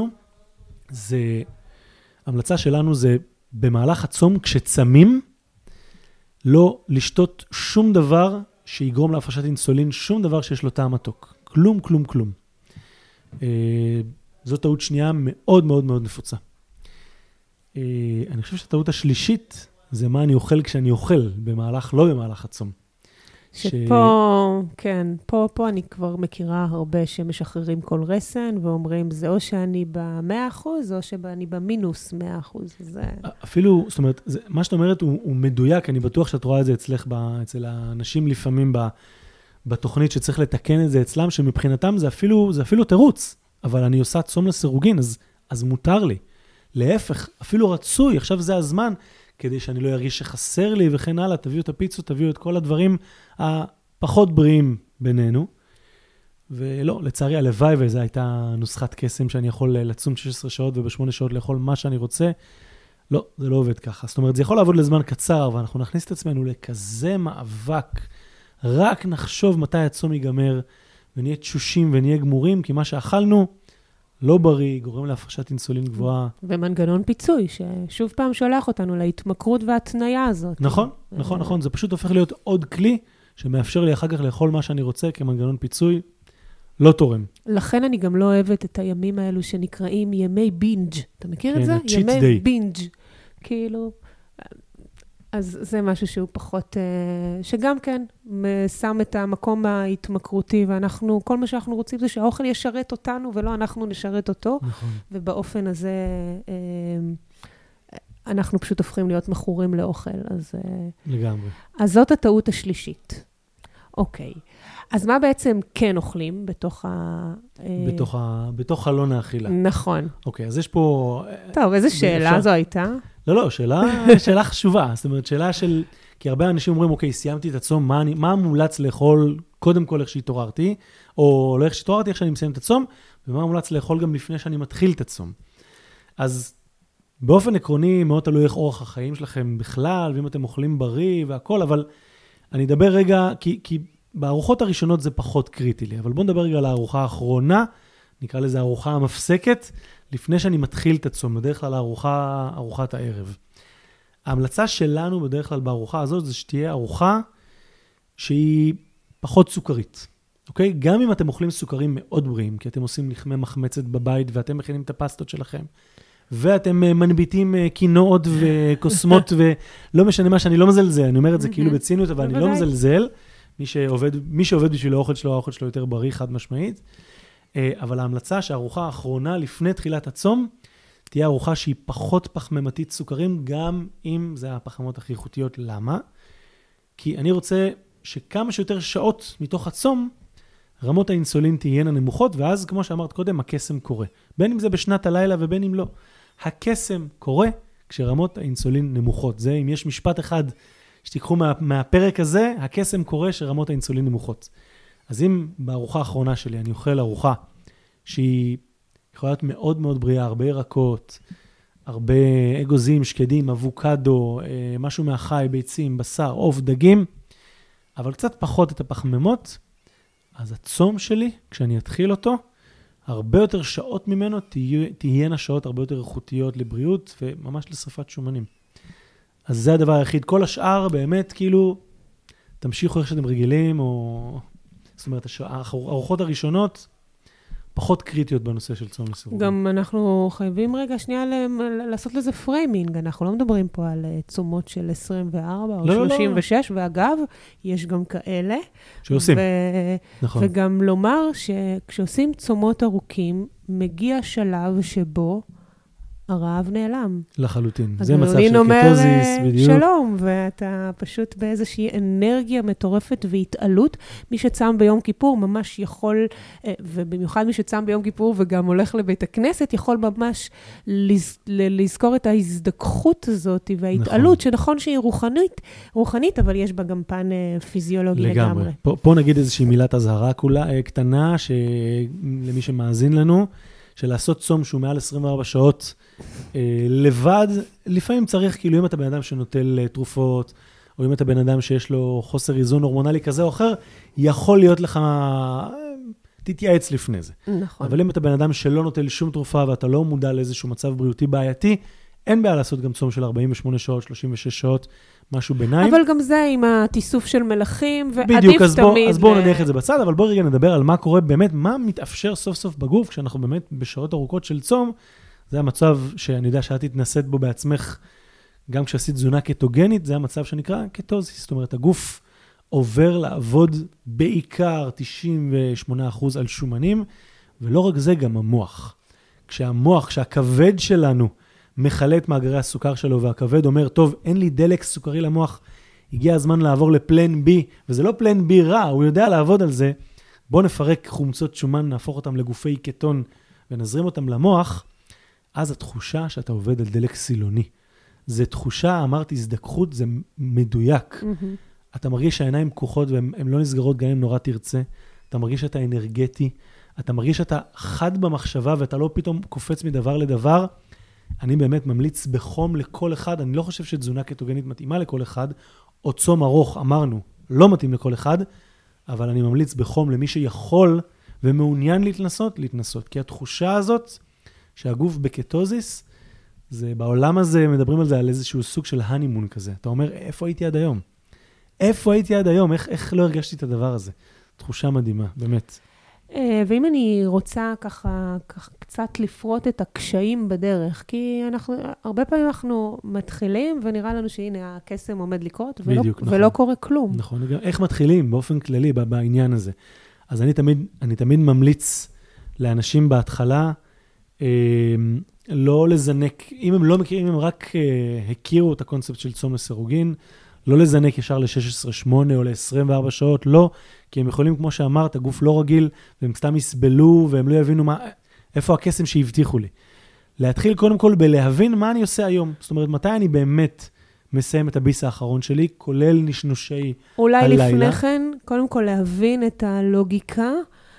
שלנו זה במהלך הצום, כשצמים, לא לשתות שום דבר שיגרום להפרשת אינסולין, שום דבר שיש לו טעם מתוק. כלום, כלום, כלום. זו טעות שנייה מאוד מאוד מאוד נפוצה. אני חושב שהטעות השלישית, זה מה אני אוכל כשאני אוכל, לא במהלך הצום. שפה, כן, פה אני כבר מכירה הרבה שמשחררים כל רסן, ואומרים, זה או שאני ב-100%, או שאני במינוס 100%. אפילו, זאת אומרת, מה שאת אומרת הוא מדויק, אני בטוח שאת רואה את זה אצל האנשים לפעמים בתוכנית שצריך לתקן את זה אצלם, שמבחינתם זה אפילו תירוץ, אבל אני עושה צום לסירוגין, אז מותר לי. להפך, אפילו רצוי, עכשיו זה הזמן, כדי שאני לא ארגיש שחסר לי וכן הלאה, תביאו את הפיצות, תביאו את כל הדברים הפחות בריאים בינינו. ולא, לצערי הלוואי, וזו הייתה נוסחת קסם שאני יכול לצום 16 שעות וב8 שעות לאכול מה שאני רוצה. לא, זה לא עובד ככה. זאת אומרת, זה יכול לעבוד לזמן קצר, ואנחנו נכניס את עצמנו לכזה מאבק. רק נחשוב מתי הצום ייגמר, ונהיה תשושים ונהיה גמורים, כי מה שאכלנו לא בריא, גורם להפרשת אינסולין גבוהה. ומנגנון פיצוי, ששוב פעם שולח אותנו להתמכרות והתניה הזאת. נכון. זה פשוט הופך להיות עוד כלי, שמאפשר לי אחר כך לאכול מה שאני רוצה, כמנגנון פיצוי, לא תורם. לכן אני גם לא אוהבת את הימים האלו שנקראים ימי בינג'. אתה מכיר את זה? ימי בינג'. כאילו, אז זה משהו שהוא פחות, שגם כן שם את המקום ההתמכרותי, ואנחנו, כל מה שאנחנו רוצים זה שהאוכל ישרת אותנו, ולא אנחנו נשרת אותו. נכון. ובאופן הזה, אנחנו פשוט הופכים להיות מכורים לאוכל. לגמרי. אז זאת הטעות השלישית. אוקיי. אז מה בעצם כן אוכלים בתוך חלון האכילה? נכון. אוקיי, אז יש פה... טוב, איזו שאלה זו הייתה? לא, שאלה חשובה. זאת אומרת, שאלה של... כי הרבה אנשים אומרים, אוקיי, סיימתי את הצום, מה מומלץ לאכול קודם כל איך שהתעוררתי, או לא איך שהתעוררתי, איך שאני מסיים את הצום, ומה מומלץ לאכול גם לפני שאני מתחיל את הצום. אז באופן עקרוני, מאוד תלוי איך אורח החיים שלכם בכלל, ואם אתם אוכלים בריא והכל, אבל אני אדבר רגע, כי בארוחות הראשונות זה פחות קריטי לי, אבל בואו נדבר רגע על הארוחה האחרונה, נקרא לזה הארוחה המפסקת, לפני שאני מתחיל את הצום, בדרך כלל ארוחת הערב. ההמלצה שלנו בדרך כלל בארוחה הזאת, זה שתהיה ארוחה שהיא פחות סוכרית. אוקיי? גם אם אתם אוכלים סוכרים מאוד בריאים, כי אתם עושים לחמי מחמצת בבית, ואתם מכינים את הפסטות שלכם, ואתם מנביטים קינואות וקוסמות, ולא משנה מה שאני לא מזלזל, אני אומר את זה כאילו בציניות, אבל אני לא מזלזל. מי שעובד בשביל האוכל שלו יותר בריא, חד משמעית. אבל ההמלצה שהארוחה האחרונה לפני תחילת הצום, תהיה ארוחה שהיא פחות פחמימתית סוכרים, גם אם זה הפחמות הכי איכותיות. למה? כי אני רוצה שכמה שיותר שעות מתוך הצום, רמות האינסולין תהיינה נמוכות, ואז, כמו שאמרת קודם, הקסם קורה. בין אם זה בשנת הלילה ובין אם לא. הקסם קורה כשרמות האינסולין נמוכות. זה, אם יש משפט אחד שתיקחו מהפרק הזה, הקסם קורה שרמות האינסולין נמוכות. אז אם בארוחה האחרונה שלי אני אוכל ארוחה שהיא יכולה להיות מאוד מאוד בריאה, הרבה ירקות, הרבה אגוזים, שקדים, אבוקדו, משהו מהחי, ביצים, בשר, עוף, דגים, אבל קצת פחות את הפחמימות, אז הצום שלי, כשאני אתחיל אותו, הרבה יותר שעות ממנו תהיינה שעות הרבה יותר איכותיות לבריאות וממש לשרפת שומנים. אז זה הדבר היחיד. כל השאר באמת כאילו תמשיכו איך שאתם רגילים, או... זאת אומרת, הארוחות הראשונות פחות קריטיות בנושא של צום לסירוגין. גם אנחנו חייבים רגע שנייה לעשות לזה פריימינג. אנחנו לא מדברים פה על צומות של 24 או 36, ואגב, יש גם כאלה. שעושים. נכון. וגם לומר שכשעושים צומות ארוכים, מגיע שלב שבו הרעב נעלם. לחלוטין. זה מצב של קטוזיס, בדיוק. שלום, ואתה פשוט באיזושהי אנרגיה מטורפת והתעלות. מי שצם ביום כיפור ממש יכול, ובמיוחד מי שצם ביום כיפור וגם הולך לבית הכנסת, יכול ממש לזכור את ההזדככות הזאת וההתעלות, שנכון שהיא רוחנית, אבל יש בה גם פן פיזיולוגי לגמרי. פה נגיד איזושהי מילת הזהרה קטנה, למי שמאזין לנו, של לעשות צום שהוא מעל 24 שעות לבד, לפעמים צריך, כאילו אם אתה בן אדם שנוטל תרופות, או אם אתה בן אדם שיש לו חוסר איזון הורמונלי כזה או אחר, יכול להיות לך, תתייעץ לפני זה. נכון. אבל אם אתה בן אדם שלא נוטל שום תרופה, ואתה לא מודע לאיזשהו מצב בריאותי בעייתי, אין בעיה לעשות גם צום של 48 שעות, 36 שעות, משהו ביניים. אבל גם זה עם התיסוף של מלחים, ועדיף בדיוק, תמיד. אז בואו נניח את זה בצד, אבל בואו רגע נדבר על מה קורה באמת, מה מתאפשר סוף סוף בגוף, כשאנחנו באמת בשעות ארוכות של צום, זה המצב שאני יודע שאת התנסית בו בעצמך, גם כשעשית תזונה קטוגנית, זה המצב שנקרא קטוזיס, זאת אומרת, הגוף עובר לעבוד בעיקר 98% על שומנים, ולא רק זה, גם המוח. כשהכבד שלנו מחלה את מאגרי הסוכר שלו, והכבד אומר, טוב, אין לי דלק סוכרי למוח, הגיע הזמן לעבור לפלן B, וזה לא פלן B רע, הוא יודע לעבוד על זה, בואו נפרק חומצות שומן, נהפוך אותם לגופי קטון, ונזרים אותם למוח, אז התחושה שאתה עובד על דלק סילוני. זה תחושה, אמרתי, הזדככות, זה מדויק. אתה מרגיש שהעיניים פקוחות, והן לא נסגרות גם אם נורא תרצה, אתה מרגיש שאתה אנרגטי, אתה מרגיש שאתה חד במחשבה, ואתה לא פתאום קופץ מדבר לדבר. אני באמת ממליץ בחום לכל אחד, אני לא חושב שתזונה קטוגנית מתאימה לכל אחד, או צום ארוך, אמרנו, לא מתאים לכל אחד, אבל אני ממליץ בחום למי שיכול ומעוניין להתנסות, כי התחושה הזאת שהגוף בקטוזיס, זה בעולם הזה, מדברים על זה, על איזשהו סוג של הנימון כזה. אתה אומר, איפה הייתי עד היום? איפה הייתי עד היום? איך לא הרגשתי את הדבר הזה? תחושה מדהימה, באמת. ואם אני רוצה ככה קצת לפרוט את הקשיים בדרך, כי הרבה פעמים אנחנו מתחילים, ונראה לנו שהנה, הקסם עומד לקרות, ולא קורה כלום. נכון, איך מתחילים באופן כללי בעניין הזה? אז אני תמיד ממליץ לאנשים בהתחלה, לא לזנק, אם הם לא מכירים, אם הם רק הכירו את הקונספט של צום לסירוגין, לא לזנק ישר ל-16-8 או ל-24 שעות, לא, כי הם יכולים, כמו שאמרת, הגוף לא רגיל, והם סתם יסבלו, והם לא יבינו איפה הקסם שהבטיחו לי. להתחיל קודם כל בלהבין מה אני עושה היום. זאת אומרת, מתי אני באמת מסיים את הביס האחרון שלי, כולל נשנושי הלילה. אולי לפני כן, קודם כל להבין את הלוגיקה,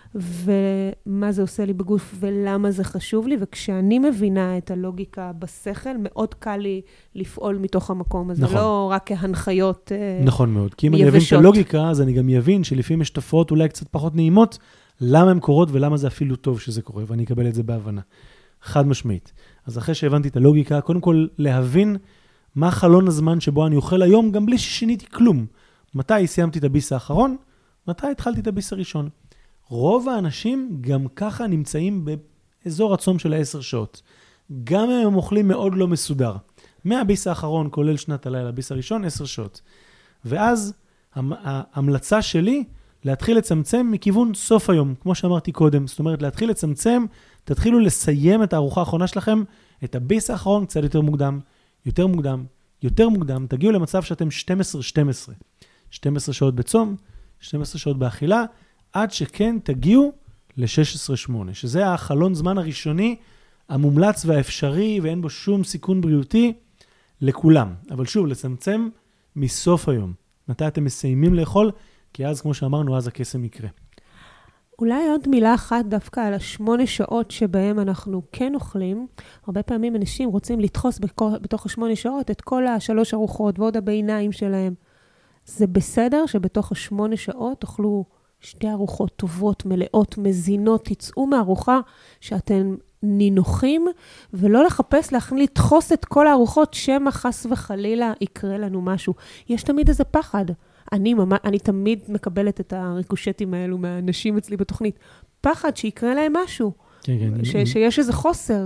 ומה זה עושה לי בגוף, ולמה זה חשוב לי, וכשאני מבינה את הלוגיקה בשכל, מאוד קל לי לפעול מתוך המקום הזה, נכון. לא רק כהנחיות יבשות. נכון מאוד, כי אם אני אבין את הלוגיקה, אז אני גם יבין שלפעמים יש תופעות אולי קצת פחות נעימות, למה הן קורות ולמה זה אפילו טוב שזה קורה, ואני אקבל את זה בהבנה. חד משמעית. אז אחרי שהבנתי את הלוגיקה, קודם כל להבין מה חלון הזמן שבו אני אוכל היום, גם בלי ששיניתי כלום. מתי סיימתי את הביס האחרון? מתי התחלתי את הביס הראשון? רוב האנשים גם ככה נמצאים באזור הצום של 10 שעות. גם הם אוכלים מאוד לא מסודר. מהביס האחרון, כולל שנת הלילה, הביס הראשון, 10 שעות. ואז ההמלצה שלי, להתחיל לצמצם מכיוון סוף היום, כמו שאמרתי קודם. זאת אומרת, להתחיל לצמצם, תתחילו לסיים את הארוחה האחרונה שלכם, את הביס האחרון קצת יותר מוקדם, יותר מוקדם, יותר מוקדם, תגיעו למצב שאתם 12-12. 12 שעות בצום, 12 שעות באכילה, עד שכן תגיעו ל-16-8, שזה החלון זמן הראשוני, המומלץ והאפשרי, ואין בו שום סיכון בריאותי לכולם. אבל שוב, לצמצם מסוף היום. מתי אתם מסיימים לאכול? כי אז, כמו שאמרנו, אז הקסם יקרה. אולי עוד מילה אחת דווקא על 8 שעות שבהם אנחנו כן אוכלים. הרבה פעמים אנשים רוצים לדחוס בתוך 8 שעות את כל 3 ארוחות ועוד הביניים שלהם. זה בסדר שבתוך 8 שעות תאכלו 2 ארוחות טובות, מלאות, מזינות, תצאו מארוחה שאתם נינוחים, ולא לחפש לדחוס את כל הארוחות שמא חס וחלילה יקרה לנו משהו. יש תמיד איזה פחד. אני תמיד מקבלת את הריקושטים האלו מהאנשים אצלי בתוכנית. פחד שיקרה להם משהו. כן, כן. שיש איזה חוסר.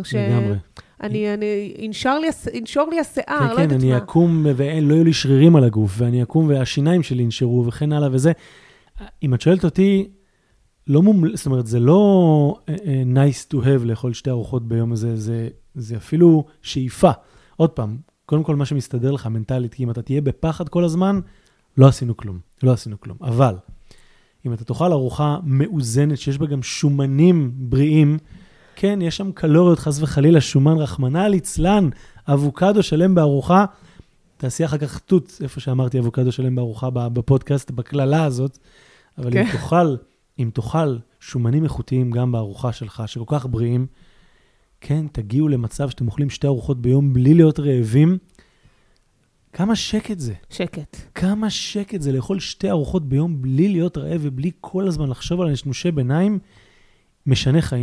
ינשור לי השיער, לא יודעת מה. כן, אני אקום ולא יהיו לי שרירים על הגוף, ואני אקום והשיניים שלי ינשרו וכן הלאה וזה. אם את שואלת אותי, זאת אומרת, זה לא nice to have לאכול 2 ארוחות ביום הזה, זה אפילו שאיפה. עוד פעם, קודם כל מה שמסתדר לך מנטלית, כי אם אתה תהיה בפחד כל הזמן, לא עשינו כלום. אבל, אם אתה תאכל ארוחה מאוזנת, שיש בה גם שומנים בריאים, כן, יש שם קלוריות, חס וחלילה, שומן רחמנא ליצלן, אבוקדו שלם בארוחה, תעשי אחר כך תות, איפה שאמרתי אבוקדו שלם בארוחה בפודקאסט, בכללה הזאת, אבל אם תאכל שומנים איכותיים גם בארוחה שלך, שכל כך בריאים, כן, תגיעו למצב שאתם אוכלים 2 ארוחות ביום בלי להיות רעבים, כמה שקט זה. כמה שקט זה לאכול 2 ארוחות ביום בלי להיות רעב ובלי כל הזמן לחשוב על נשנושי ביניים, משנה חיים.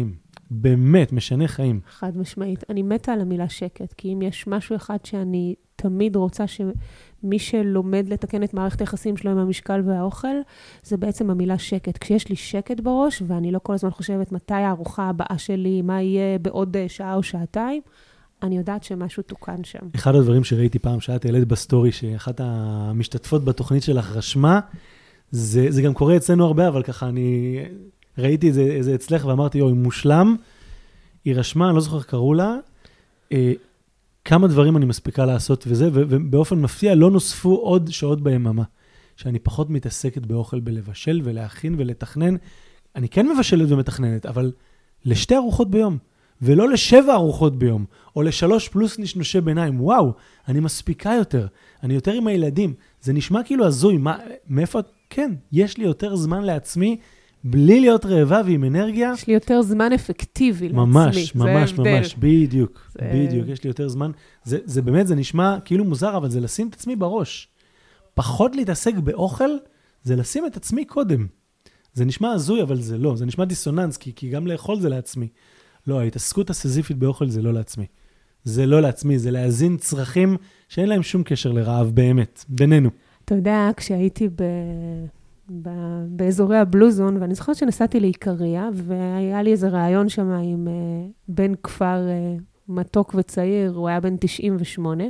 באמת, משנה חיים. חד משמעית. אני מתה על המילה שקט, כי אם יש משהו אחד שאני תמיד רוצה שמי שלומד לתקן את מערכת היחסים שלו עם המשקל והאוכל, זה בעצם המילה שקט. כשיש לי שקט בראש, ואני לא כל הזמן חושבת מתי הארוחה הבאה שלי, מה יהיה בעוד שעה או שעתיים, אני יודעת שמשהו תוקן שם. אחד הדברים שראיתי פעם, שאת העלית בסטורי, שאחת המשתתפות בתוכנית שלך רשמה, זה גם קורה אצלנו הרבה, אבל ככה אני ראיתי את זה אצלך ואמרתי, היא מושלם, היא רשמה, אני לא זוכר קראו לה, כמה דברים אני מספיקה לעשות וזה, ובאופן מפתיע לא נוספו עוד שעות ביממה, שאני פחות מתעסקת באוכל בלבשל ולהכין ולתכנן. אני כן מבשלת ומתכננת, אבל לשתי ארוחות ביום, ולא לשבע ארוחות ביום, או לשלוש פלוס נשנושי ביניים. וואו, אני מספיקה יותר, אני יותר עם הילדים. זה נשמע כאילו הזוי, מאיפה? כן, יש לי יותר זמן לעצמי, בלי להיות רעבה ועם אנרגיה. יש לי יותר זמן אפקטיבי לעצמי. ממש, ממש, ממש, בדיוק, בדיוק, יש לי יותר זמן. זה באמת, זה נשמע כאילו מוזר, אבל זה לשים את עצמי בראש. פחות להתעסק באוכל, זה לשים את עצמי קודם. זה נשמע הזוי, אבל זה לא. זה נשמע דיסוננס, כי גם לאכול זה לעצמי. לא, ההתעסקות הסזיפית באוכל זה לא לעצמי. זה לא לעצמי, זה להזין צרכים שאין להם שום קשר לרעב באמת, בינינו. אתה יודע, כשהייתי באזורי הבלוזון, ואני זוכרת שנסעתי לעיקריה, והיה לי איזה רעיון שם עם בן כפר מתוק וצעיר, הוא היה בן 98,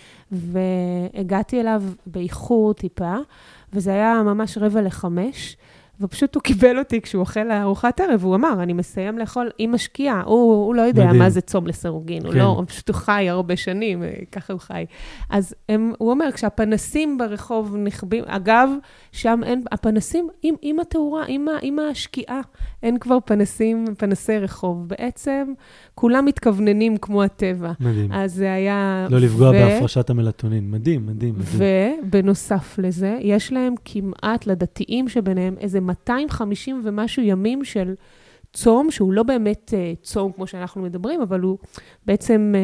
והגעתי אליו באיחור טיפה, וזה היה ממש 4:45, ופשוט הוא קיבל אותי כשהוא אוכל לארוחת ערב, והוא אמר, אני מסיים לאכול עם משקיעה, הוא לא יודע מה זה צום לסירוגין, הוא פשוט חי הרבה שנים, ככה הוא חי. אז הוא אומר, כשהפנסים ברחוב נחבים, אגב, שם אין, הפנסים עם התאורה, עם השקיעה, אין כבר פנסי רחוב. בעצם כולם מתכווננים כמו הטבע. מדהים. אז זה היה... לא לפגוע בהפרשת המלטונין. מדהים, מדהים. ובנוסף לזה, יש להם כמעט לדתיים שביניהם איזה 250 ומשהו ימים של צום, שהוא לא באמת צום כמו שאנחנו מדברים, אבל הוא בעצם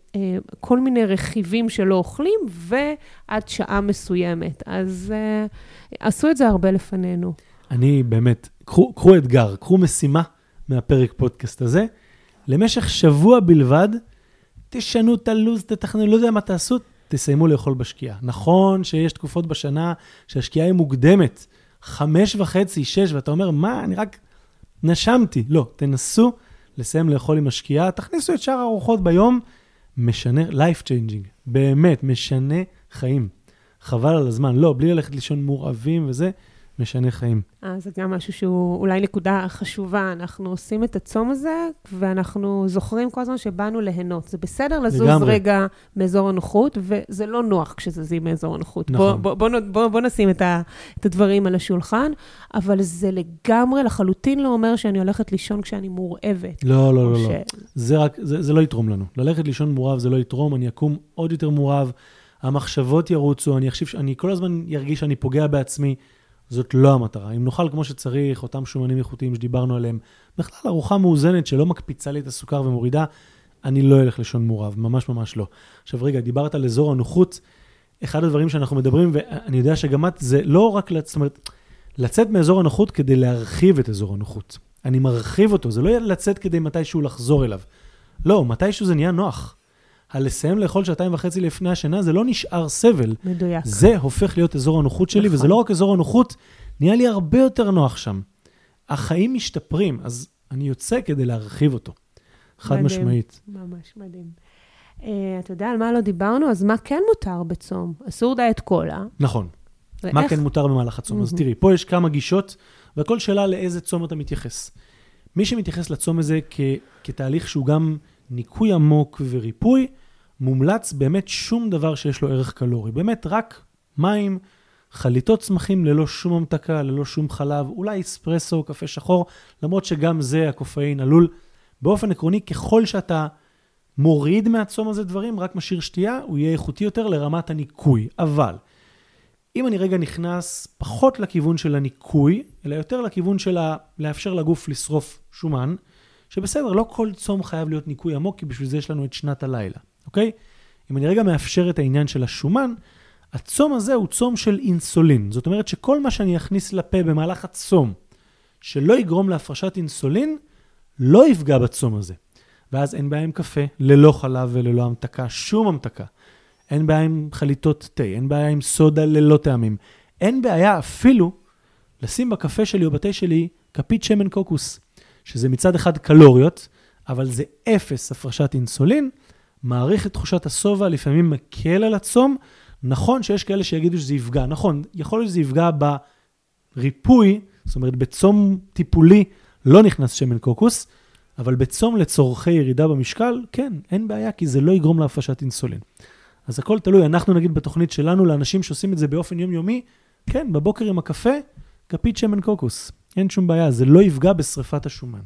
כל מיני רכיבים שלא אוכלים, ועד שעה מסוימת. אז עשו את זה הרבה לפנינו. אני באמת, קחו אתגר, קחו משימה מהפרק פודקאסט הזה, למשך שבוע בלבד, תשנו את הלוז, תתכננו, לא יודע מה תעשו, תסיימו לאכול בשקיעה. נכון שיש תקופות בשנה שהשקיעה היא מוקדמת, 5:30, 6, ואתה אומר, מה, אני רק נשמתי. לא, תנסו לסיים לאכול עם השקיעה, תכניסו את שאר הארוחות ביום, משנה, life changing, באמת, משנה חיים. חבל על הזמן, לא, בלי ללכת לישון מורעבים וזה, משנה חיים. זה גם משהו שהוא אולי נקודה חשובה. אנחנו עושים את הצום הזה, ואנחנו זוכרים כל הזמן שבאנו ליהנות. זה בסדר לזוז לגמרי. רגע מאזור הנוחות, וזה לא נוח כשזזים מאזור הנוחות. נכון. בוא נשים את הדברים על השולחן, אבל זה לגמרי לחלוטין לא אומר שאני הולכת לישון כשאני מורעבת. לא, לא, לא, לא. זה לא יתרום לנו. ללכת לישון מורעב זה לא יתרום, אני אקום עוד יותר מורעב, המחשבות ירוצו, אני כל הזמן ירגיש שאני פוגע בעצמי, זאת לא המטרה. אם נאכל כמו שצריך, אותם שומנים איכותיים שדיברנו עליהם, בכלל ארוחה מאוזנת שלא מקפיצה לי את הסוכר ומורידה, אני לא אלך לישון מורעב, ממש ממש לא. עכשיו רגע, דיברת על אזור הנוחות, אחד הדברים שאנחנו מדברים, ואני יודע שגם את, זה לא רק, זאת אומרת, לצאת מאזור הנוחות כדי להרחיב את אזור הנוחות. אני מרחיב אותו, זה לא יהיה לצאת כדי מתישהו לחזור אליו. לא, מתישהו זה נהיה נוח. לסיים לאכול 2.5 לפני השינה, זה לא נשאר סבל. מדויק. זה הופך להיות אזור הנוחות שלי, וזה לא רק אזור הנוחות, נהיה לי הרבה יותר נוח שם. החיים משתפרים, אז אני יוצא כדי להרחיב אותו. חד משמעית. ממש מדהים. אתה יודע על מה לא דיברנו? אז מה כן מותר בצום? אסור דיאט קולה. נכון. מה כן מותר במהלך הצום? אז תראי, פה יש כמה גישות, וכל שאלה לאיזה צום אתה מתייחס. מי שמתייחס לצום הזה כתהליך שהוא גם ניקוי עמוק וריפוי, מומלץ באמת שום דבר שיש לו ערך קלורי. באמת רק מים, חליטות צמחים ללא שום המתקה, ללא שום חלב, אולי אספרסו, קפה שחור, למרות שגם זה הקופאין עלול. באופן עקרוני, ככל שאתה מוריד מהצום הזה דברים, רק משאיר שתייה, הוא יהיה איכותי יותר לרמת הניקוי. אבל אם אני רגע נכנס פחות לכיוון של הניקוי, אלא יותר לכיוון של לאפשר לגוף לשרוף שומן, שבסדר, לא כל צום חייב להיות ניקוי עמוק, כי בשביל זה יש לנו את שנת הלילה, אוקיי? אם אני רגע מאפשר את העניין של השומן, הצום הזה הוא צום של אינסולין. זאת אומרת שכל מה שאני אכניס לפה במהלך הצום, שלא יגרום להפרשת אינסולין, לא יפגע בצום הזה. ואז אין בעיה עם קפה, ללא חלב וללא המתקה, שום המתקה. אין בעיה עם חליטות תה, אין בעיה עם סודה ללא טעמים. אין בעיה אפילו לשים בקפה שלי או בתה שלי כפית שמן קוקוס, שזה מצד אחד קלוריות, אבל זה 0 הפרשת אינסולין, מעריך את תחושת הסובה, לפעמים מקל על הצום. נכון שיש כאלה שיגידו שזה יפגע, נכון, יכול להיות שזה יפגע בריפוי, זאת אומרת בצום טיפולי לא נכנס שמן קוקוס, אבל בצום לצורכי ירידה במשקל, כן, אין בעיה, כי זה לא יגרום להפרשת אינסולין. אז הכל תלוי, אנחנו נגיד בתוכנית שלנו, לאנשים שעושים את זה באופן יומיומי, כן, בבוקר עם הקפה, כפית שמן קוקוס. אין שום בעיה, זה לא יפגע בשריפת השומן.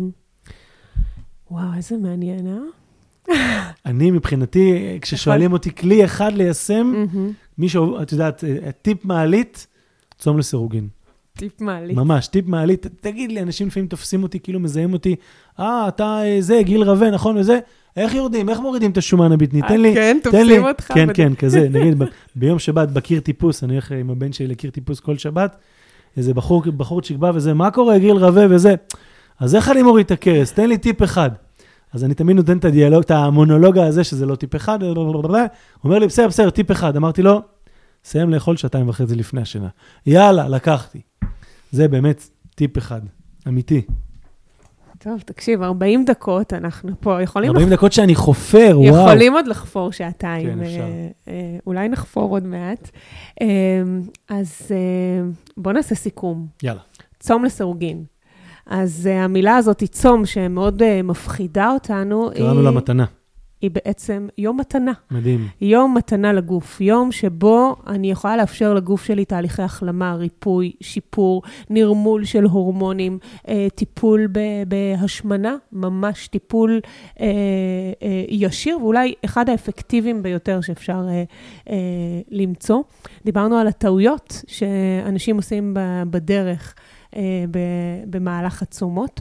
וואו, איזה מעניין, אני מבחינתי, כששואלים אותי כלי אחד ליישם, מישהו, את יודעת, טיפ מעלית, צום לסירוגין. טיפ מעלית. ממש, טיפ מעלית. תגיד לי, אנשים לפעמים תופסים אותי, כאילו מזהים אותי, אתה זה, גיל רווה, נכון, וזה, איך יורדים, איך מורידים את השומן הבטני? תן לי, כן, תופסים אותך. כן, כן, כזה. נגיד, ביום שבת, בקיר טיפוס, אני הולך עם הבן שלי לקיר טיפוס כל שבת, איזה בחור צ'יקבא וזה, מה קורה, גיל רווה וזה? אז איך אני מוריד את הקרס? תן לי טיפ אחד. אז אני תמיד נותן את הדיאלוג, את המונולוגה הזה, שזה לא טיפ אחד, הוא אומר לי, בסדר, טיפ אחד. אמרתי לו, סיים לאכול 2.5 לפני השינה. יאללה, לקחתי. זה באמת טיפ אחד, אמיתי. טוב, תקשיב, 40 דקות אנחנו פה, 40 דקות שאני חופר, וואו. יכולים עוד לחפור שעתיים. כן, אפשר. אולי נחפור עוד מעט. אז בוא נעשה סיכום. יאללה. צום לסירוגין. אז המילה הזאת היא צום שמאוד מפחידה אותנו. קראנו לה מתנה. היא בעצם יום מתנה. מדהים. יום מתנה לגוף. יום שבו אני יכולה לאפשר לגוף שלי תהליכי החלמה, ריפוי, שיפור, נרמול של הורמונים, טיפול בהשמנה, ממש טיפול ישיר, ואולי אחד האפקטיביים ביותר שאפשר למצוא. דיברנו על הטעויות שאנשים עושים בדרך, במהלך הצומות,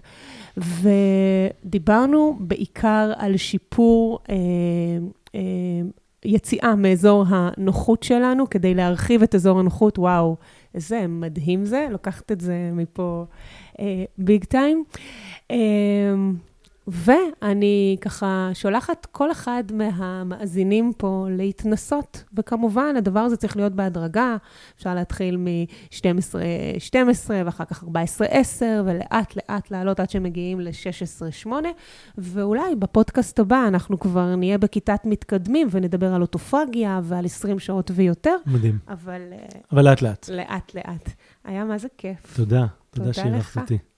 ודיברנו בעיקר על שיפור יציאה מאזור הנוחות שלנו, כדי להרחיב את אזור הנוחות. וואו, איזה מדהים זה, לוקחת את זה מפה ביג טיים. ואני ככה שולחת כל אחד מהמאזינים פה להתנסות, וכמובן הדבר הזה צריך להיות בהדרגה, אפשר להתחיל מ-12-12 ואחר כך 14-10, ולאט לאט לעלות עד שמגיעים ל-16-8, ואולי בפודקאסט הבא אנחנו כבר נהיה בכיתת מתקדמים, ונדבר על אוטופגיה ועל 20 שעות ויותר. מדהים. אבל לאט לאט. לאט לאט. היה מה זה כיף. תודה שאירחת אותי.